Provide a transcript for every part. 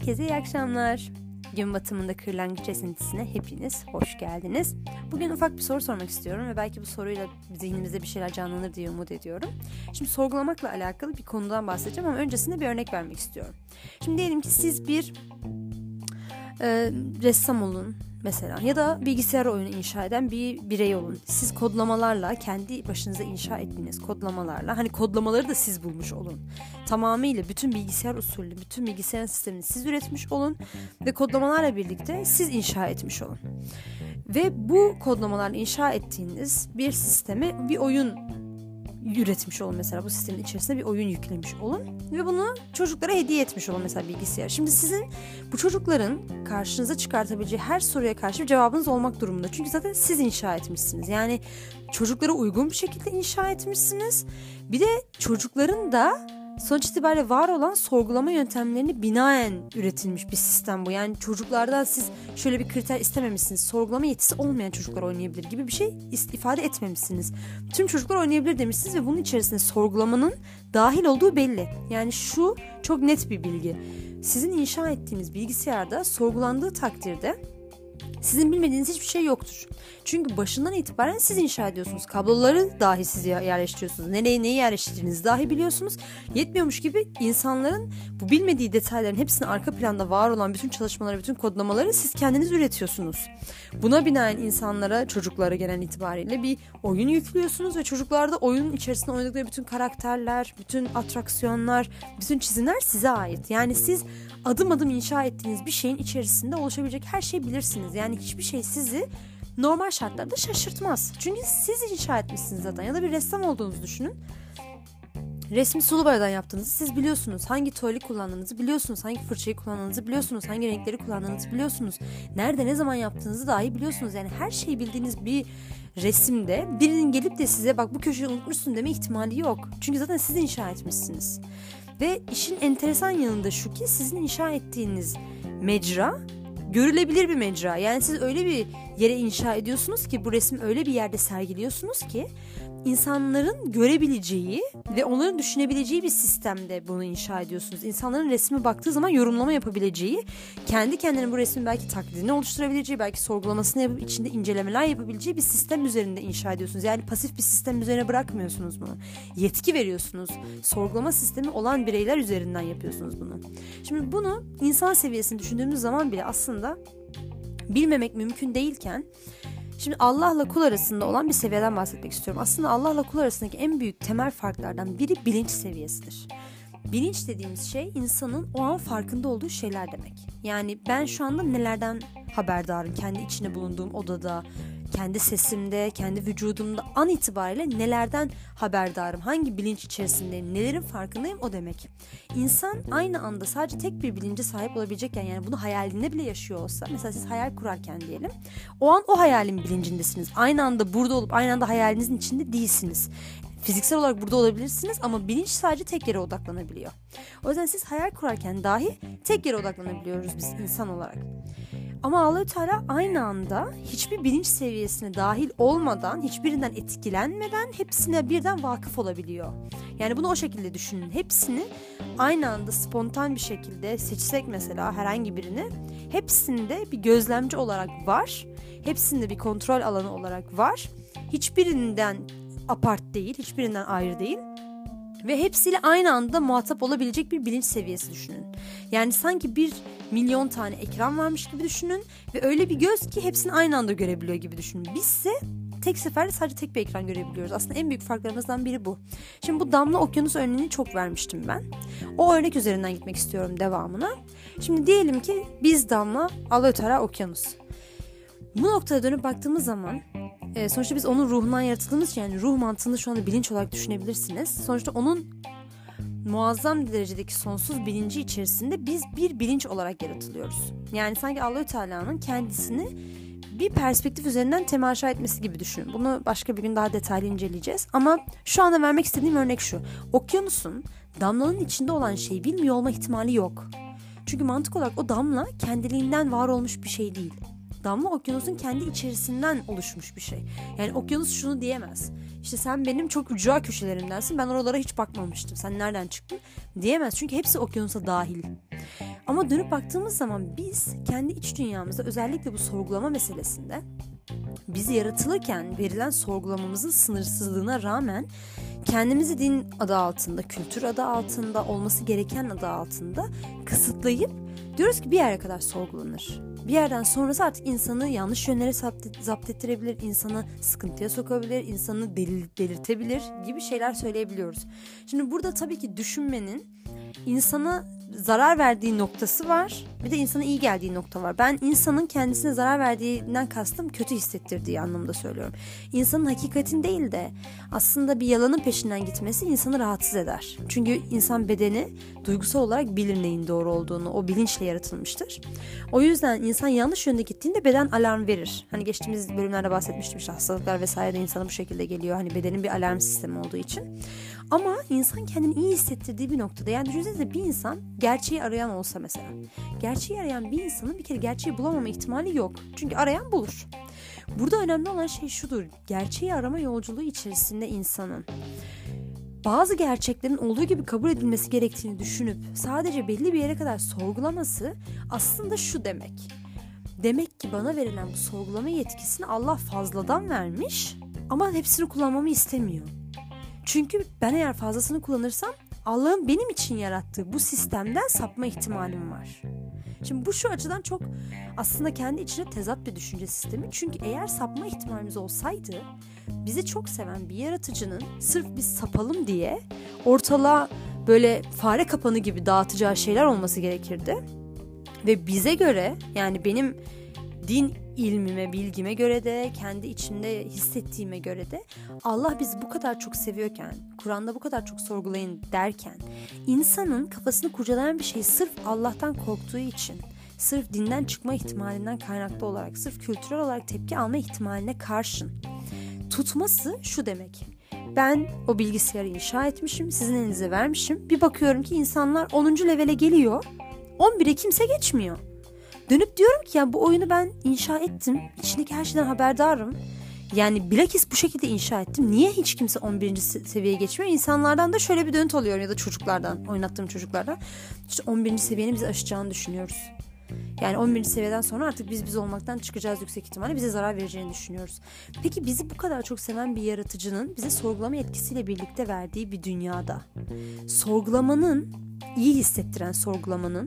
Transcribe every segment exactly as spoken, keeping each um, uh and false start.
Herkese iyi akşamlar. Gün batımında kırlangıç esintisine hepiniz hoş geldiniz. Bugün ufak bir soru sormak istiyorum ve belki bu soruyla zihnimizde bir şeyler canlanır diye umut ediyorum. Şimdi sorgulamakla alakalı bir konudan bahsedeceğim ama öncesinde bir örnek vermek istiyorum. Şimdi diyelim ki siz bir e, ressam olun mesela ya da bilgisayar oyunu inşa eden bir birey olun. Siz kodlamalarla, kendi başınıza inşa ettiğiniz kodlamalarla, hani kodlamaları da siz bulmuş olun. Tamamıyla bütün bilgisayar usulü, bütün bilgisayar sistemini siz üretmiş olun ve kodlamalarla birlikte siz inşa etmiş olun. Ve bu kodlamalarla inşa ettiğiniz bir sisteme bir oyun üretmiş olun mesela, bu sistemin içerisine bir oyun yüklemiş olun ve bunu çocuklara hediye etmiş olun mesela bilgisayar. Şimdi sizin bu çocukların karşınıza çıkartabileceği her soruya karşı bir cevabınız olmak durumunda. Çünkü zaten siz inşa etmişsiniz. Yani çocuklara uygun bir şekilde inşa etmişsiniz. Bir de çocukların da sonuç itibariyle var olan sorgulama yöntemlerini binaen üretilmiş bir sistem bu. Yani çocuklardan siz şöyle bir kriter istememişsiniz. Sorgulama yetisi olmayan çocuklar oynayabilir gibi bir şey ifade etmemişsiniz. Tüm çocuklar oynayabilir demişsiniz ve bunun içerisinde sorgulamanın dahil olduğu belli. Yani şu çok net bir bilgi. Sizin inşa ettiğiniz bilgisayarda sorgulandığı takdirde sizin bilmediğiniz hiçbir şey yoktur. Çünkü başından itibaren siz inşa ediyorsunuz. Kabloları dahi siz yerleştiriyorsunuz. Nereye neyi yerleştirdiğinizi dahi biliyorsunuz. Yetmiyormuş gibi insanların bu bilmediği detayların hepsinin arka planda var olan bütün çalışmaları, bütün kodlamaları siz kendiniz üretiyorsunuz. Buna binaen insanlara, çocuklara gelen itibariyle bir oyun yüklüyorsunuz ve çocuklarda oyunun içerisinde oynadıkları bütün karakterler, bütün atraksiyonlar, bütün çizimler size ait. Yani siz adım adım inşa ettiğiniz bir şeyin içerisinde oluşabilecek her şeyi bilirsiniz. Yani hiçbir şey sizi normal şartlarda şaşırtmaz. Çünkü siz inşa etmişsiniz zaten. Ya da bir ressam olduğunuzu düşünün. Resmi sulu boyadan yaptığınızı siz biliyorsunuz. Hangi tuvali kullandığınızı biliyorsunuz. Hangi fırçayı kullandığınızı biliyorsunuz. Hangi renkleri kullandığınızı biliyorsunuz. Nerede ne zaman yaptığınızı dahi biliyorsunuz. Yani her şeyi bildiğiniz bir resimde birinin gelip de size bak bu köşeyi unutmuşsun deme ihtimali yok. Çünkü zaten siz inşa etmişsiniz. Ve işin enteresan yanında şu ki sizin inşa ettiğiniz mecra görülebilir bir mecra. Yani siz öyle bir yere inşa ediyorsunuz ki, bu resmi öyle bir yerde sergiliyorsunuz ki insanların görebileceği ve onların düşünebileceği bir sistemde bunu inşa ediyorsunuz. İnsanların resme baktığı zaman yorumlama yapabileceği, kendi kendine bu resmin belki taklidini oluşturabileceği, belki sorgulamasını yapıp içinde incelemeler yapabileceği bir sistem üzerinde inşa ediyorsunuz. Yani pasif bir sistem üzerine bırakmıyorsunuz bunu. Yetki veriyorsunuz. Sorgulama sistemi olan bireyler üzerinden yapıyorsunuz bunu. Şimdi bunu insan seviyesini düşündüğümüz zaman bile aslında bilmemek mümkün değilken, şimdi Allah'la kul arasında olan bir seviyeden bahsetmek istiyorum. Aslında Allah'la kul arasındaki en büyük temel farklardan biri bilinç seviyesidir. Bilinç dediğimiz şey insanın o an farkında olduğu şeyler demek. Yani ben şu anda nelerden haberdarım kendi içinde bulunduğum odada, kendi sesimde, kendi vücudumda an itibariyle nelerden haberdarım, hangi bilinç içerisindeyim, nelerin farkındayım o demek. İnsan aynı anda sadece tek bir bilince sahip olabilecekken, yani bunu hayalinde bile yaşıyor olsa, mesela siz hayal kurarken diyelim, o an o hayalin bilincindesiniz. Aynı anda burada olup aynı anda hayalinizin içinde değilsiniz. Fiziksel olarak burada olabilirsiniz ama bilinç sadece tek yere odaklanabiliyor. O yüzden siz hayal kurarken dahi tek yere odaklanabiliyoruz biz insan olarak. Ama Allah-u Teala aynı anda hiçbir bilinç seviyesine dahil olmadan, hiçbirinden etkilenmeden hepsine birden vakıf olabiliyor. Yani bunu o şekilde düşünün. Hepsini aynı anda spontan bir şekilde seçsek mesela herhangi birini, hepsinde bir gözlemci olarak var. Hepsinde bir kontrol alanı olarak var. Hiçbirinden apart değil, hiçbirinden ayrı değil. Ve hepsiyle aynı anda muhatap olabilecek bir bilinç seviyesi düşünün. Yani sanki bir milyon tane ekran varmış gibi düşünün ve öyle bir göz ki hepsini aynı anda görebiliyor gibi düşünün. Biz ise tek seferde sadece tek bir ekran görebiliyoruz. Aslında en büyük farklarımızdan biri bu. Şimdi bu damla okyanus örneğini çok vermiştim ben. O örnek üzerinden gitmek istiyorum devamına. Şimdi diyelim ki biz damla, Allah-u Teala okyanus. Bu noktada dönüp baktığımız zaman e, sonuçta biz onun ruhundan yaratıldığımız için, yani ruh mantığını şu anda bilinç olarak düşünebilirsiniz. Sonuçta onun muazzam derecedeki sonsuz bilinci içerisinde biz bir bilinç olarak yaratılıyoruz. Yani sanki Allah-u Teala'nın kendisini bir perspektif üzerinden temaşa etmesi gibi düşünün. Bunu başka bir gün daha detaylı inceleyeceğiz. Ama şu anda vermek istediğim örnek şu. Okyanusun damlanın içinde olan şeyi bilmiyor olma ihtimali yok. Çünkü mantık olarak o damla kendiliğinden var olmuş bir şey değil. Damla okyanusun kendi içerisinden oluşmuş bir şey. Yani okyanus şunu diyemez: İşte sen benim çok ücra köşelerimdensin, ben oralara hiç bakmamıştım, sen nereden çıktın diyemez. Çünkü hepsi okyanusa dahil. Ama dönüp baktığımız zaman biz kendi iç dünyamızda, özellikle bu sorgulama meselesinde, bizi yaratılırken verilen sorgulamamızın sınırsızlığına rağmen kendimizi din adı altında, kültür adı altında, olması gereken adı altında kısıtlayıp diyoruz ki bir yere kadar sorgulanır. Bir yerden sonrası artık insanı yanlış yönlere zapt ettirebilir, insanı sıkıntıya sokabilir, insanı delir, delirtebilir gibi şeyler söyleyebiliyoruz. Şimdi burada tabii ki düşünmenin insana zarar verdiği noktası var. Bir de insana iyi geldiği nokta var. Ben insanın kendisine zarar verdiğinden kastım kötü hissettirdiği anlamında söylüyorum. İnsanın hakikatin değil de aslında bir yalanın peşinden gitmesi insanı rahatsız eder. Çünkü insan bedeni duygusal olarak bilir neyin doğru olduğunu. O bilinçle yaratılmıştır. O yüzden insan yanlış yönde gittiğinde beden alarm verir. Hani geçtiğimiz bölümlerde bahsetmiştim, işte hastalıklar vesaire de insana bu şekilde geliyor. Hani bedenin bir alarm sistemi olduğu için. Ama insan kendini iyi hissettirdiği bir noktada, yani düşünsenize bir insan gerçeği arayan olsa mesela. Gerçeği arayan bir insanın bir kere gerçeği bulamama ihtimali yok. Çünkü arayan bulur. Burada önemli olan şey şudur. Gerçeği arama yolculuğu içerisinde insanın bazı gerçeklerin olduğu gibi kabul edilmesi gerektiğini düşünüp sadece belli bir yere kadar sorgulaması aslında şu demek. Demek ki bana verilen bu sorgulama yetkisini Allah fazladan vermiş ama hepsini kullanmamı istemiyor. Çünkü ben eğer fazlasını kullanırsam Allah'ın benim için yarattığı bu sistemden sapma ihtimalim var. Şimdi bu şu açıdan çok aslında kendi içine tezat bir düşünce sistemi. Çünkü eğer sapma ihtimalimiz olsaydı bizi çok seven bir yaratıcının sırf biz sapalım diye ortalığa böyle fare kapanı gibi dağıtacağı şeyler olması gerekirdi. Ve bize göre, yani benim din ilmime, bilgime göre de, kendi içimde hissettiğime göre de Allah bizi bu kadar çok seviyorken, Kur'an'da bu kadar çok sorgulayın derken, insanın kafasını kurcalayan bir şey sırf Allah'tan korktuğu için, sırf dinden çıkma ihtimalinden kaynaklı olarak, sırf kültürel olarak tepki alma ihtimaline karşın tutması şu demek. Ben o bilgisayarı inşa etmişim, sizin elinize vermişim. Bir bakıyorum ki insanlar onuncu levele geliyor, on bire kimse geçmiyor. Dönüp diyorum ki ya bu oyunu ben inşa ettim. İçindeki her şeyden haberdarım. Yani bilakis bu şekilde inşa ettim. Niye hiç kimse on birinci seviyeye geçmiyor? İnsanlardan da şöyle bir dönüt alıyorum, ya da çocuklardan, oynattığım çocuklardan. İşte on birinci seviyenin bizi aşacağını düşünüyoruz. Yani on birinci seviyeden sonra artık biz biz olmaktan çıkacağız yüksek ihtimalle. Bize zarar vereceğini düşünüyoruz. Peki bizi bu kadar çok seven bir yaratıcının bize sorgulama etkisiyle birlikte verdiği bir dünyada sorgulamanın, iyi hissettiren sorgulamanın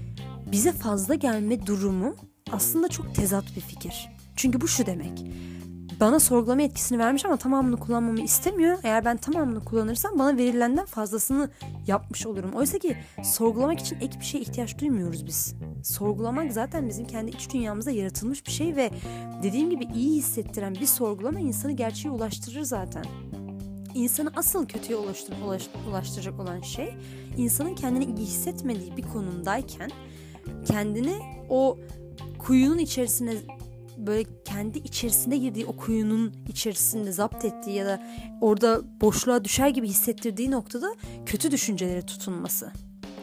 bize fazla gelme durumu aslında çok tezat bir fikir. Çünkü bu şu demek. Bana sorgulama etkisini vermiş ama tamamını kullanmamı istemiyor. Eğer ben tamamını kullanırsam bana verilenden fazlasını yapmış olurum. Oysa ki sorgulamak için ek bir şeye ihtiyaç duymuyoruz biz. Sorgulamak zaten bizim kendi iç dünyamızda yaratılmış bir şey ve dediğim gibi iyi hissettiren bir sorgulama insanı gerçeğe ulaştırır zaten. İnsanı asıl kötüye ulaştır, ulaş, ulaştıracak olan şey, insanın kendini iyi hissetmediği bir konumdayken kendini o kuyunun içerisine, böyle kendi içerisinde girdiği o kuyunun içerisinde zapt ettiği ya da orada boşluğa düşer gibi hissettirdiği noktada kötü düşüncelere tutunması.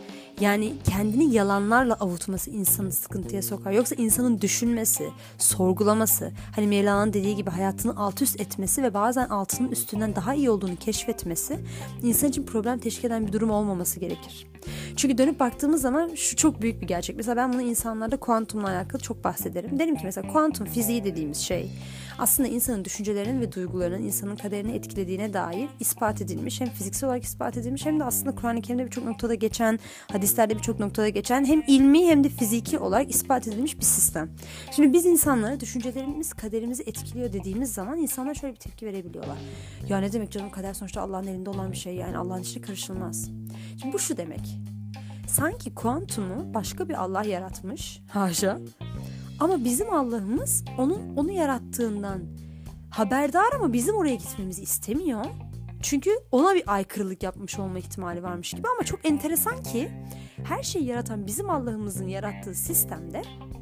Yani kendini yalanlarla avutması insanı sıkıntıya sokar. Yoksa insanın düşünmesi, sorgulaması, hani Mevlana'nın dediği gibi hayatını alt üst etmesi ve bazen altının üstünden daha iyi olduğunu keşfetmesi insan için problem teşkil eden bir durum olmaması gerekir. Çünkü dönüp baktığımız zaman şu çok büyük bir gerçek. Mesela ben bunu insanlarda kuantumla alakalı çok bahsederim. Derim ki mesela kuantum fiziği dediğimiz şey aslında insanın düşüncelerinin ve duygularının insanın kaderini etkilediğine dair ispat edilmiş. Hem fiziksel olarak ispat edilmiş hem de aslında Kur'an-ı Kerim'de birçok noktada geçen, hadislerde birçok noktada geçen hem ilmi hem de fiziki olarak ispat edilmiş bir sistem. Şimdi biz insanlara düşüncelerimiz kaderimizi etkiliyor dediğimiz zaman insanlar şöyle bir tepki verebiliyorlar. Ya ne demek canım, kader sonuçta Allah'ın elinde olan bir şey, yani Allah'ın işine karışılmaz. Şimdi bu şu demek. Sanki kuantumu başka bir Allah yaratmış, haşa. Ama bizim Allah'ımız onun onu yarattığından haberdar ama bizim oraya gitmemizi istemiyor. Çünkü ona bir aykırılık yapmış olma ihtimali varmış gibi. Ama çok enteresan ki her şeyi yaratan bizim Allah'ımızın yarattığı sistemde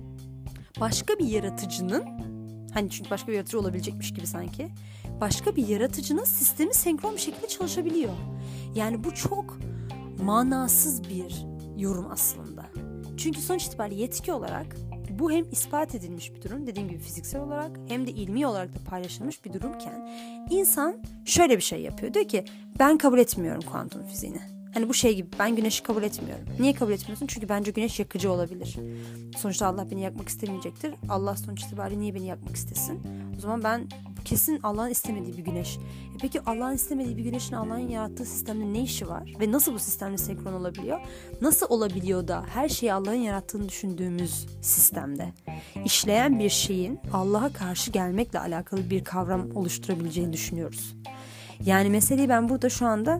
başka bir yaratıcının, hani çünkü başka bir yaratıcı olabilecekmiş gibi sanki, başka bir yaratıcının sistemi senkron bir şekilde çalışabiliyor. Yani bu çok manasız bir yorum aslında. Çünkü sonuç itibariyle yetki olarak bu hem ispat edilmiş bir durum, dediğim gibi fiziksel olarak, hem de ilmi olarak da paylaşılmış bir durumken insan şöyle bir şey yapıyor. Diyor ki ben kabul etmiyorum kuantum fiziğini. Hani bu şey gibi, ben güneşi kabul etmiyorum. Niye kabul etmiyorsun? Çünkü bence güneş yakıcı olabilir. Sonuçta Allah beni yakmak istemeyecektir. Allah sonuç itibariyle niye beni yakmak istesin? O zaman ben kesin Allah'ın istemediği bir güneş. E peki Allah'ın istemediği bir güneşin Allah'ın yarattığı sistemde ne işi var? Ve nasıl bu sistemle senkron olabiliyor? Nasıl olabiliyor da her şeyi Allah'ın yarattığını düşündüğümüz sistemde işleyen bir şeyin Allah'a karşı gelmekle alakalı bir kavram oluşturabileceğini düşünüyoruz? Yani meseleyi ben burada şu anda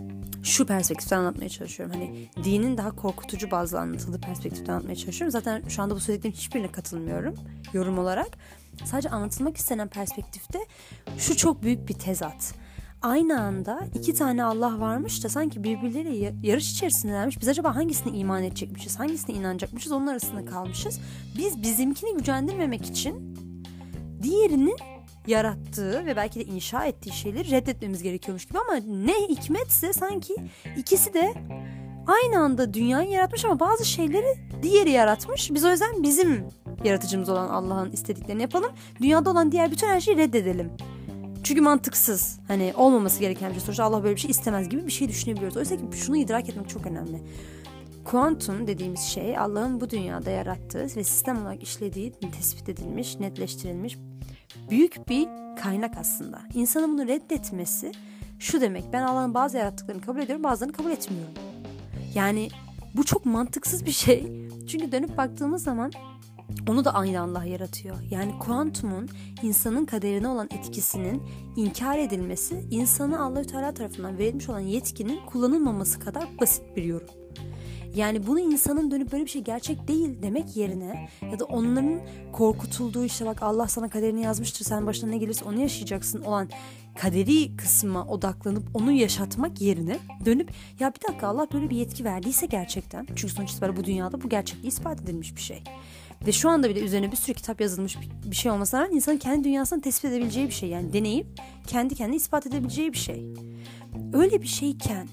şu perspektiften anlatmaya çalışıyorum. Hani dinin daha korkutucu bazı anlatıldığı perspektiften anlatmaya çalışıyorum. Zaten şu anda bu söylediklerimin hiçbirine katılmıyorum yorum olarak. Sadece anlatılmak istenen perspektifte şu çok büyük bir tezat. Aynı anda iki tane Allah varmış da sanki birbirleriyle yarış içerisindelermiş. Biz acaba hangisine iman edecekmişiz, hangisine inanacakmışız, onun arasında kalmışız. Biz bizimkini gücendirmemek için diğerinin yarattığı ve belki de inşa ettiği şeyleri reddetmemiz gerekiyormuş gibi, ama ne hikmetse sanki ikisi de aynı anda dünyayı yaratmış ama bazı şeyleri diğeri yaratmış. Biz o yüzden bizim yaratıcımız olan Allah'ın istediklerini yapalım. Dünyada olan diğer bütün her şeyi reddedelim. Çünkü mantıksız. Hani olmaması gereken bir şey. Sonuçta Allah böyle bir şey istemez gibi bir şey düşünebiliyoruz. Oysa ki şunu idrak etmek çok önemli. Kuantum dediğimiz şey Allah'ın bu dünyada yarattığı ve sistem olarak işlediği tespit edilmiş, netleştirilmiş büyük bir kaynak aslında. İnsanın bunu reddetmesi şu demek: ben Allah'ın bazı yarattıklarını kabul ediyorum, bazılarını kabul etmiyorum. Yani bu çok mantıksız bir şey. Çünkü dönüp baktığımız zaman onu da aynı Allah yaratıyor. Yani kuantumun insanın kaderine olan etkisinin inkar edilmesi, insana Allah-u Teala tarafından verilmiş olan yetkinin kullanılmaması kadar basit bir yorum. Yani bunu insanın dönüp böyle bir şey gerçek değil demek yerine, ya da onların korkutulduğu, işte bak Allah sana kaderini yazmıştır, sen başına ne gelirse onu yaşayacaksın olan kaderi kısma odaklanıp onu yaşatmak yerine dönüp ya bir dakika, Allah böyle bir yetki verdiyse gerçekten, çünkü sonuç itibariyle bu dünyada bu gerçekliği ispat edilmiş bir şey. Ve şu anda bile üzerine bir sürü kitap yazılmış bir şey olmasına rağmen insanın kendi dünyasını tespit edebileceği bir şey. Yani deneyip kendi kendine ispat edebileceği bir şey. Öyle bir şeyken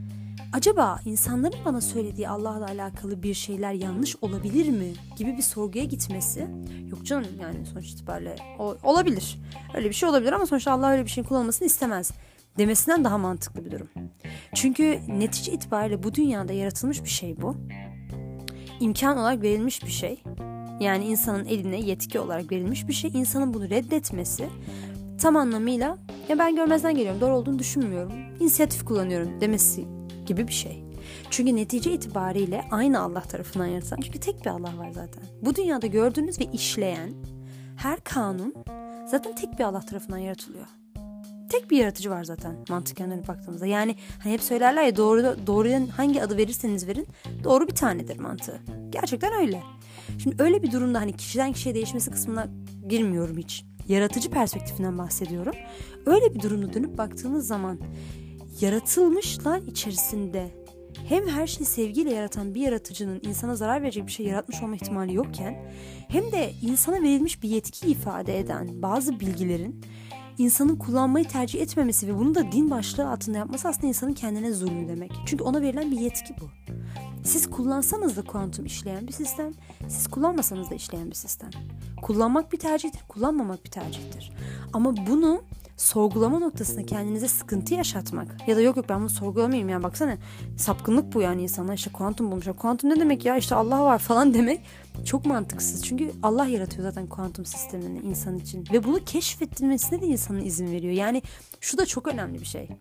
acaba insanların bana söylediği Allah'la alakalı bir şeyler yanlış olabilir mi gibi bir sorguya gitmesi, yok canım yani sonuç itibariyle o, olabilir. Öyle bir şey olabilir ama sonuçta Allah öyle bir şeyin kullanılmasını istemez demesinden daha mantıklı bir durum. Çünkü netice itibariyle bu dünyada yaratılmış bir şey bu. İmkan olarak verilmiş bir şey. Yani insanın eline yetki olarak verilmiş bir şey. İnsanın bunu reddetmesi tam anlamıyla ya ben görmezden geliyorum, doğru olduğunu düşünmüyorum, inisiyatif kullanıyorum demesi gibi bir şey. Çünkü netice itibariyle aynı Allah tarafından yaratılan, çünkü tek bir Allah var zaten. Bu dünyada gördüğünüz ve işleyen her kanun zaten tek bir Allah tarafından yaratılıyor. Tek bir yaratıcı var zaten mantıken dönüp baktığımızda. Yani hani hep söylerler ya, doğru, doğruya hangi adı verirseniz verin doğru bir tanedir mantığı. Gerçekten öyle. Şimdi öyle bir durumda hani kişiden kişiye değişmesi kısmına girmiyorum hiç. Yaratıcı perspektifinden bahsediyorum. Öyle bir durumda dönüp baktığımız zaman yaratılmışlar içerisinde hem her şeyi sevgiyle yaratan bir yaratıcının insana zarar verecek bir şey yaratmış olma ihtimali yokken, hem de insana verilmiş bir yetki ifade eden bazı bilgilerin insanın kullanmayı tercih etmemesi ve bunu da din başlığı altında yapması aslında insanın kendine zulmü demek. Çünkü ona verilen bir yetki bu. Siz kullansanız da kuantum işleyen bir sistem, siz kullanmasanız da işleyen bir sistem. Kullanmak bir tercihtir, kullanmamak bir tercihtir. Ama bunu sorgulama noktasında kendinize sıkıntı yaşatmak ya da yok yok ben bunu sorgulamayayım ya baksana sapkınlık bu, yani insanlar işte kuantum bulmuşlar. Kuantum ne demek ya, işte Allah var falan demek çok mantıksız. Çünkü Allah yaratıyor zaten kuantum sistemini insan için ve bunu keşfedilmesine de insanın izin veriyor. Yani şu da çok önemli bir şey.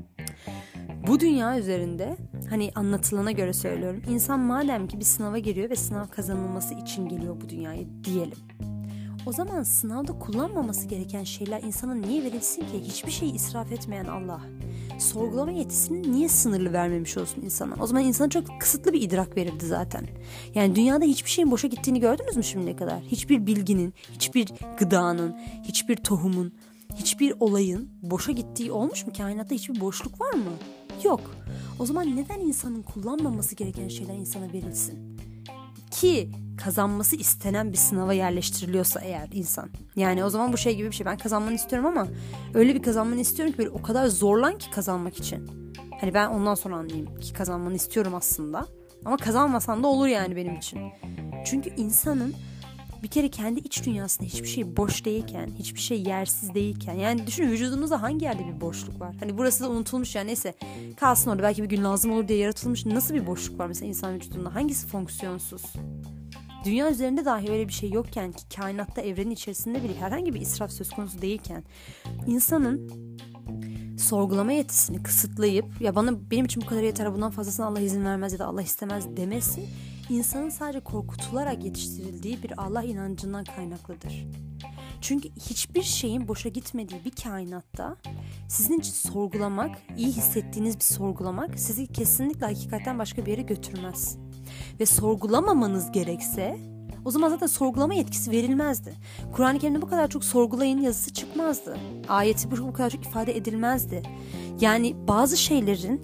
Bu dünya üzerinde hani anlatılana göre söylüyorum, insan madem ki bir sınava giriyor ve sınav kazanılması için geliyor bu dünyaya diyelim. O zaman sınavda kullanmaması gereken şeyler insana niye verilsin ki? Hiçbir şeyi israf etmeyen Allah sorgulama yetisini niye sınırlı vermemiş olsun insana? O zaman insana çok kısıtlı bir idrak verirdi zaten. Yani dünyada hiçbir şeyin boşa gittiğini gördünüz mü şimdiye kadar? Hiçbir bilginin, hiçbir gıdanın, hiçbir tohumun, hiçbir olayın boşa gittiği olmuş mu? Kainatta hiçbir boşluk var mı? Yok. O zaman neden insanın kullanmaması gereken şeyler insana verilsin? Ki kazanması istenen bir sınava yerleştiriliyorsa eğer insan. Yani o zaman bu şey gibi bir şey. Ben kazanmanı istiyorum ama öyle bir kazanmanı istiyorum ki böyle o kadar zorlan ki kazanmak için. Hani ben ondan sonra anlayayım ki kazanmanı istiyorum aslında. Ama kazanmasan da olur yani benim için. Çünkü insanın bir kere kendi iç dünyasında hiçbir şey boş değilken, hiçbir şey yersiz değilken, yani düşünün vücudunuzda hangi yerde bir boşluk var? Hani burası da unutulmuş yani, neyse kalsın orada, belki bir gün lazım olur diye yaratılmış. Nasıl bir boşluk var mesela insan vücudunda? Hangisi fonksiyonsuz? Dünya üzerinde dahi öyle bir şey yokken, ki kainatta, evrenin içerisinde bile herhangi bir israf söz konusu değilken, insanın sorgulama yetisini kısıtlayıp ya bana benim için bu kadar yeter, bundan fazlasına Allah izin vermez ya da Allah istemez demesi, insanın sadece korkutularak yetiştirildiği bir Allah inancından kaynaklıdır. Çünkü hiçbir şeyin boşa gitmediği bir kainatta sizin için sorgulamak, iyi hissettiğiniz bir sorgulamak sizi kesinlikle hakikaten başka bir yere götürmez. Ve sorgulamamanız gerekse o zaman zaten sorgulama yetkisi verilmezdi. Kur'an-ı Kerim'de bu kadar çok sorgulayın yazısı çıkmazdı. Ayeti bu kadar çok ifade edilmezdi. Yani bazı şeylerin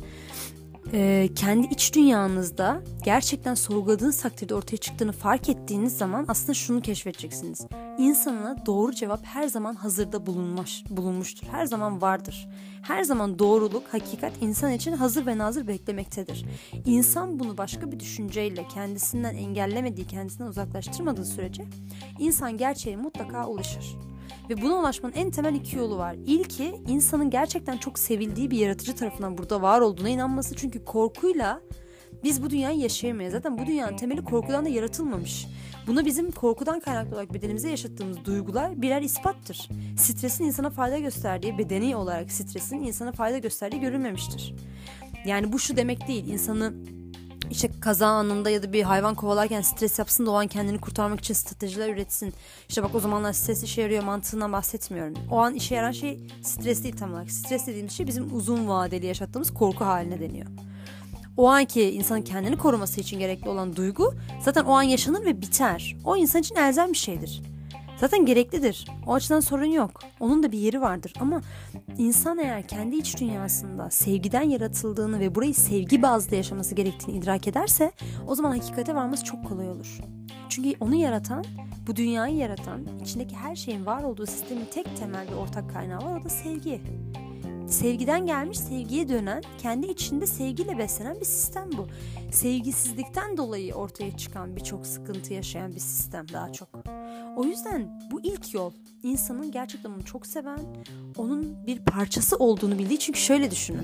e, kendi iç dünyanızda gerçekten sorguladığınız takdirde ortaya çıktığını fark ettiğiniz zaman aslında şunu keşfedeceksiniz. İnsanına doğru cevap her zaman hazırda bulunmuş, bulunmuştur. Her zaman vardır. Her zaman doğruluk, hakikat insan için hazır ve nazır beklemektedir. İnsan bunu başka bir düşünceyle kendisinden engellemediği, kendisinden uzaklaştırmadığı sürece insan gerçeğe mutlaka ulaşır. Ve buna ulaşmanın en temel iki yolu var. İlki, insanın gerçekten çok sevildiği bir yaratıcı tarafından burada var olduğuna inanması. Çünkü korkuyla biz bu dünyayı yaşayamayız. Zaten bu dünyanın temeli korkudan da yaratılmamış. Buna bizim korkudan kaynaklı olarak bedenimize yaşattığımız duygular birer ispattır. Stresin insana fayda gösterdiği, bedeni olarak stresin insana fayda gösterdiği görülmemiştir. Yani bu şu demek değil, insanı İşte kaza anında ya da bir hayvan kovalarken stres yapsın da o an kendini kurtarmak için stratejiler üretsin. İşte bak o zamanlar stres işe yarıyor mantığından bahsetmiyorum. O an işe yarayan şey stres değil tam olarak. Stres dediğimiz şey bizim uzun vadeli yaşattığımız korku haline deniyor. O anki insanın kendini koruması için gerekli olan duygu zaten o an yaşanır ve biter. O insan için elzem bir şeydir. Zaten gereklidir. O açıdan sorun yok. Onun da bir yeri vardır. Ama insan eğer kendi iç dünyasında sevgiden yaratıldığını ve burayı sevgi bazlı yaşaması gerektiğini idrak ederse o zaman hakikate varması çok kolay olur. Çünkü onu yaratan, bu dünyayı yaratan, içindeki her şeyin var olduğu sistemin tek temel bir ortak kaynağı var. O da sevgi. Sevgiden gelmiş, sevgiye dönen, kendi içinde sevgiyle beslenen bir sistem bu. Sevgisizlikten dolayı ortaya çıkan birçok sıkıntı yaşayan bir sistem daha çok. O yüzden bu ilk yol, insanın gerçekten onu çok seven, onun bir parçası olduğunu bildiği. Çünkü şöyle düşünün,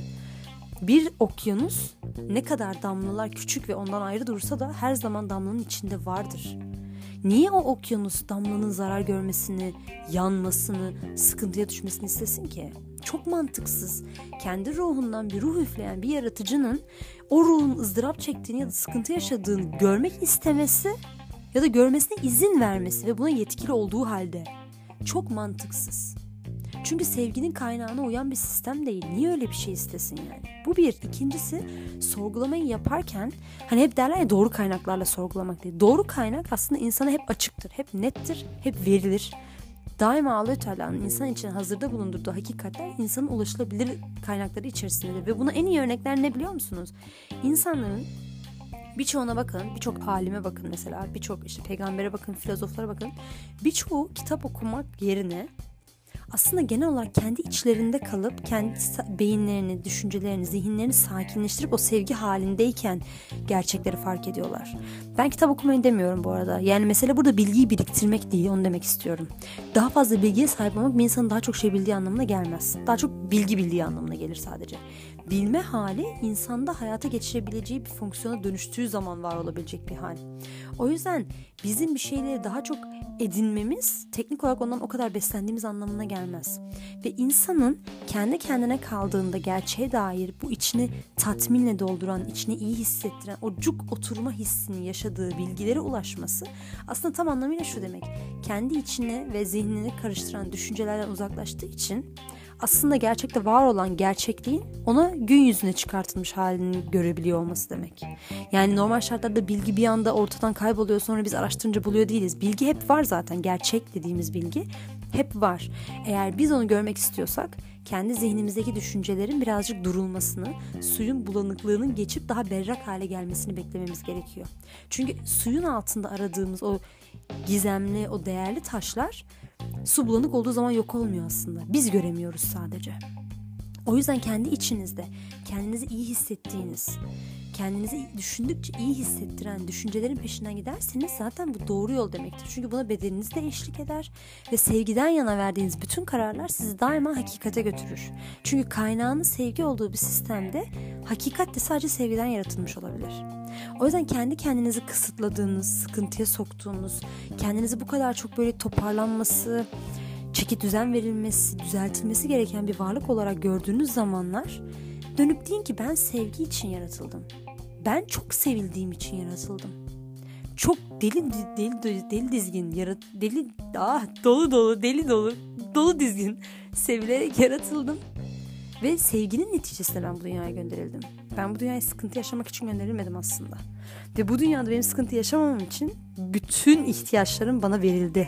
bir okyanus ne kadar damlalar küçük ve ondan ayrı dursa da her zaman damlanın içinde vardır. Niye o okyanus damlanın zarar görmesini, yanmasını, sıkıntıya düşmesini istesin ki? Çok mantıksız. Kendi ruhundan bir ruh üfleyen bir yaratıcının o ruhun ızdırap çektiğini ya da sıkıntı yaşadığını görmek istemesi ya da görmesine izin vermesi ve buna yetkili olduğu halde çok mantıksız. Çünkü sevginin kaynağına uyan bir sistem değil. Niye öyle bir şey istesin yani? Bu bir. İkincisi, sorgulamayı yaparken hani hep derler ya doğru kaynaklarla sorgulamak diye. Doğru kaynak aslında insana hep açıktır, hep nettir, hep verilir. Daima Allah-u Teala'nın insan için hazırda bulundurduğu hakikatler insanın ulaşılabilir kaynakları içerisindedir. Ve buna en iyi örnekler ne biliyor musunuz? İnsanların birçoğuna bakın, birçok alime bakın mesela, birçok işte peygambere bakın, filozoflara bakın. Birçoğu kitap okumak yerine aslında genel olarak kendi içlerinde kalıp kendi beyinlerini, düşüncelerini, zihinlerini sakinleştirip o sevgi halindeyken gerçekleri fark ediyorlar. Ben kitap okumayı demiyorum bu arada. Yani mesele burada bilgiyi biriktirmek değil, onu demek istiyorum. Daha fazla bilgiye sahip olmak bir insanın daha çok şey bildiği anlamına gelmez. Daha çok bilgi bildiği anlamına gelir sadece. Bilme hali insanda hayata geçirebileceği bir fonksiyona dönüştüğü zaman var olabilecek bir hal. O yüzden bizim bir şeyleri daha çok edinmemiz teknik olarak ondan o kadar beslendiğimiz anlamına gelmez. Ve insanın kendi kendine kaldığında gerçeğe dair bu içini tatminle dolduran, içini iyi hissettiren, o cuk oturma hissini yaşadığı bilgilere ulaşması aslında tam anlamıyla şu demek. Kendi içine ve zihnini karıştıran düşüncelerden uzaklaştığı için aslında gerçekte var olan gerçekliğin ona gün yüzüne çıkartılmış halini görebiliyor olması demek. Yani normal şartlarda bilgi bir anda ortadan kayboluyor, sonra biz araştırınca buluyor değiliz. Bilgi hep var zaten. Gerçek dediğimiz bilgi hep var. Eğer biz onu görmek istiyorsak kendi zihnimizdeki düşüncelerin birazcık durulmasını, suyun bulanıklığının geçip daha berrak hale gelmesini beklememiz gerekiyor. Çünkü suyun altında aradığımız o gizemli, o değerli taşlar su bulanık olduğu zaman yok olmuyor aslında. Biz göremiyoruz sadece. O yüzden kendi içinizde kendinizi iyi hissettiğiniz, kendinizi düşündükçe iyi hissettiren düşüncelerin peşinden giderseniz zaten bu doğru yol demektir. Çünkü buna bedeniniz de eşlik eder ve sevgiden yana verdiğiniz bütün kararlar sizi daima hakikate götürür. Çünkü kaynağının sevgi olduğu bir sistemde hakikat de sadece sevgiden yaratılmış olabilir. O yüzden kendi kendinizi kısıtladığınız, sıkıntıya soktuğunuz, kendinizi bu kadar çok böyle toparlanması, çeki düzen verilmesi, düzeltilmesi gereken bir varlık olarak gördüğünüz zamanlar dönüp deyin ki ben sevgi için yaratıldım. Ben çok sevildiğim için yaratıldım. Çok deli deli deli, deli dizgin, yarat, deli ah dolu dolu, deli dolu, dolu dizgin sevilerek yaratıldım. Ve sevginin neticesinde ben bu dünyaya gönderildim. Ben bu dünyaya sıkıntı yaşamak için gönderilmedim aslında. Ve bu dünyada benim sıkıntı yaşamamam için bütün ihtiyaçlarım bana verildi.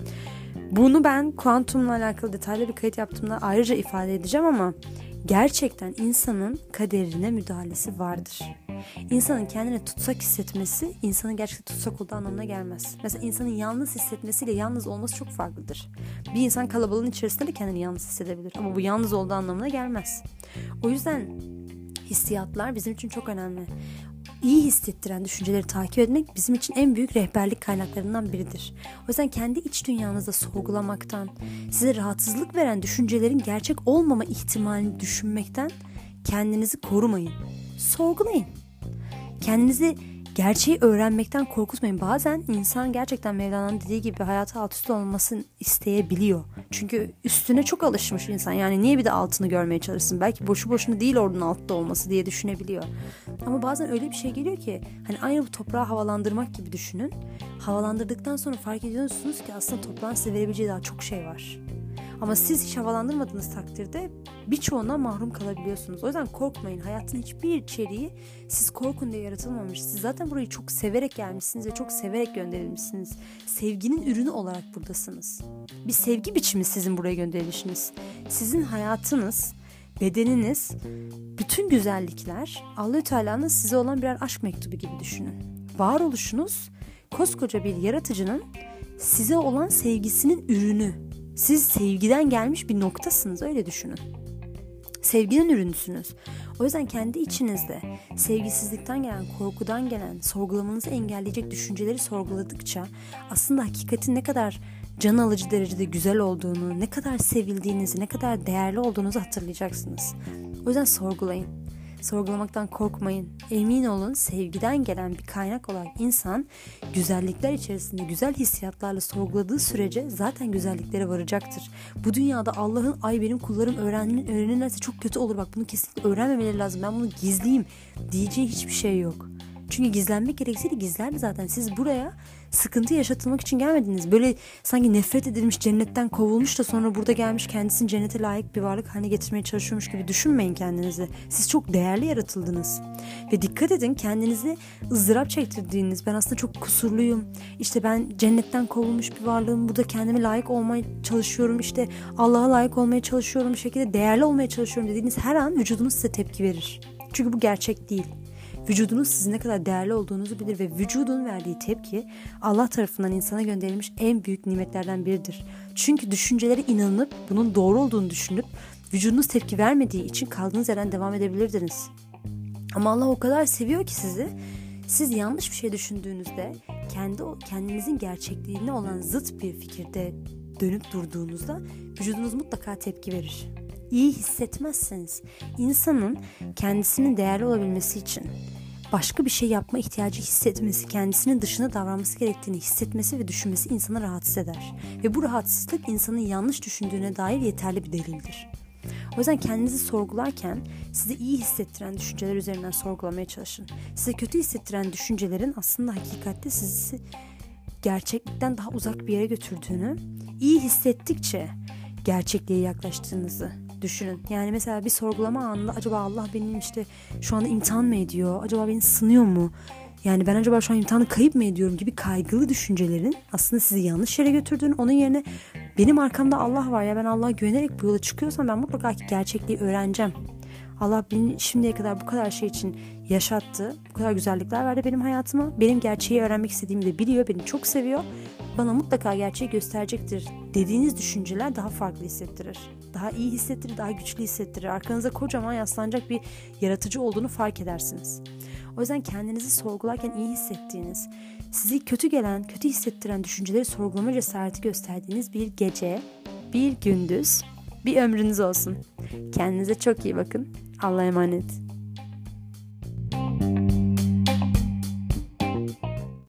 Bunu ben kuantumla alakalı detaylı bir kayıt yaptığımda ayrıca ifade edeceğim ama gerçekten insanın kaderine müdahalesi vardır. İnsanın kendine tutsak hissetmesi, insanın gerçekten tutsak olduğu anlamına gelmez. Mesela insanın yalnız hissetmesiyle yalnız olması çok farklıdır. Bir insan kalabalığın içerisinde de kendini yalnız hissedebilir ama bu yalnız olduğu anlamına gelmez. O yüzden hissiyatlar bizim için çok önemli. İyi hissettiren düşünceleri takip etmek bizim için en büyük rehberlik kaynaklarından biridir. O yüzden kendi iç dünyanızda sorgulamaktan, size rahatsızlık veren düşüncelerin gerçek olmama ihtimalini düşünmekten kendinizi korumayın. Sorgulayın. Kendinizi gerçeği öğrenmekten korkutmayın. Bazen insan gerçekten Mevlana'nın dediği gibi hayata alt üst olmasını isteyebiliyor. Çünkü üstüne çok alışmış insan. Yani niye bir de altını görmeye çalışsın? Belki boşu boşuna değil oradan altta olması diye düşünebiliyor. Ama bazen öyle bir şey geliyor ki hani aynı bu toprağı havalandırmak gibi düşünün. Havalandırdıktan sonra fark ediyorsunuz ki aslında toprağın size verebileceği daha çok şey var. Ama siz hiç havalandırmadığınız takdirde birçoğundan mahrum kalabiliyorsunuz. O yüzden korkmayın. Hayatın hiçbir içeriği siz korkun diye yaratılmamış. Siz zaten burayı çok severek gelmişsiniz ve çok severek gönderilmişsiniz. Sevginin ürünü olarak buradasınız. Bir sevgi biçimi sizin buraya gönderilişiniz. Sizin hayatınız, bedeniniz, bütün güzellikler Allah-u Teala'nın size olan birer aşk mektubu gibi düşünün. Varoluşunuz koskoca bir yaratıcının size olan sevgisinin ürünü. Siz sevgiden gelmiş bir noktasınız, öyle düşünün. Sevginin ürünüsünüz. O yüzden kendi içinizde sevgisizlikten gelen, korkudan gelen, sorgulamanızı engelleyecek düşünceleri sorguladıkça aslında hakikatin ne kadar can alıcı derecede güzel olduğunu, ne kadar sevildiğinizi, ne kadar değerli olduğunuzu hatırlayacaksınız. O yüzden sorgulayın. Sorgulamaktan korkmayın. Emin olun sevgiden gelen bir kaynak olan insan güzellikler içerisinde güzel hissiyatlarla sorguladığı sürece zaten güzelliklere varacaktır. Bu dünyada Allah'ın ay benim kullarım öğrenin, öğrenirlerse çok kötü olur bak bunu kesinlikle öğrenmemeleri lazım ben bunu gizleyeyim diyeceği hiçbir şey yok. Çünkü gizlenmek gerekseydi gizlerdi zaten. Siz buraya sıkıntı yaşatılmak için gelmediniz. Böyle sanki nefret edilmiş, cennetten kovulmuş da sonra burada gelmiş kendisini cennete layık bir varlık haline getirmeye çalışıyormuş gibi düşünmeyin kendinizi. Siz çok değerli yaratıldınız. Ve dikkat edin kendinizi ızdırap çektirdiğiniz, ben aslında çok kusurluyum, İşte ben cennetten kovulmuş bir varlığım, burada kendime layık olmaya çalışıyorum, İşte Allah'a layık olmaya çalışıyorum, bir şekilde değerli olmaya çalışıyorum dediğiniz her an vücudunuz size tepki verir. Çünkü bu gerçek değil. Vücudunuz sizin ne kadar değerli olduğunuzu bilir ve vücudun verdiği tepki Allah tarafından insana gönderilmiş en büyük nimetlerden biridir. Çünkü düşüncelere inanıp bunun doğru olduğunu düşünüp vücudunuz tepki vermediği için kaldığınız yerden devam edebilirdiniz. Ama Allah o kadar seviyor ki sizi, siz yanlış bir şey düşündüğünüzde kendi kendinizin gerçekliğine olan zıt bir fikirde dönüp durduğunuzda vücudunuz mutlaka tepki verir. İyi hissetmezseniz insanın kendisinin değerli olabilmesi için başka bir şey yapma ihtiyacı hissetmesi, kendisinin dışına davranması gerektiğini hissetmesi ve düşünmesi insanı rahatsız eder. Ve bu rahatsızlık insanın yanlış düşündüğüne dair yeterli bir delildir. O yüzden kendinizi sorgularken size iyi hissettiren düşünceler üzerinden sorgulamaya çalışın. Size kötü hissettiren düşüncelerin aslında hakikatte sizi gerçeklikten daha uzak bir yere götürdüğünü, iyi hissettikçe gerçekliğe yaklaştığınızı düşünün. Yani mesela bir sorgulama anında acaba Allah benim işte şu anda imtihan mı ediyor? Acaba beni sınıyor mu? Yani ben acaba şu an imtihanı kayıp mı ediyorum gibi kaygılı düşüncelerin aslında sizi yanlış yere götürdüğünü, onun yerine benim arkamda Allah var ya ben Allah'a güvenerek bu yola çıkıyorsam ben mutlaka ki gerçekliği öğreneceğim. Allah beni şimdiye kadar bu kadar şey için yaşattı. Bu kadar güzellikler verdi benim hayatıma. Benim gerçeği öğrenmek istediğimi de biliyor. Beni çok seviyor. bana mutlaka gerçeği gösterecektir dediğiniz düşünceler daha farklı hissettirir. Daha iyi hissettirir, daha güçlü hissettirir. Arkanıza kocaman yaslanacak bir yaratıcı olduğunu fark edersiniz. O yüzden kendinizi sorgularken iyi hissettiğiniz, sizi kötü gelen, kötü hissettiren düşünceleri sorgulama cesareti gösterdiğiniz bir gece, bir gündüz, bir ömrünüz olsun. Kendinize çok iyi bakın. Allah'a emanet.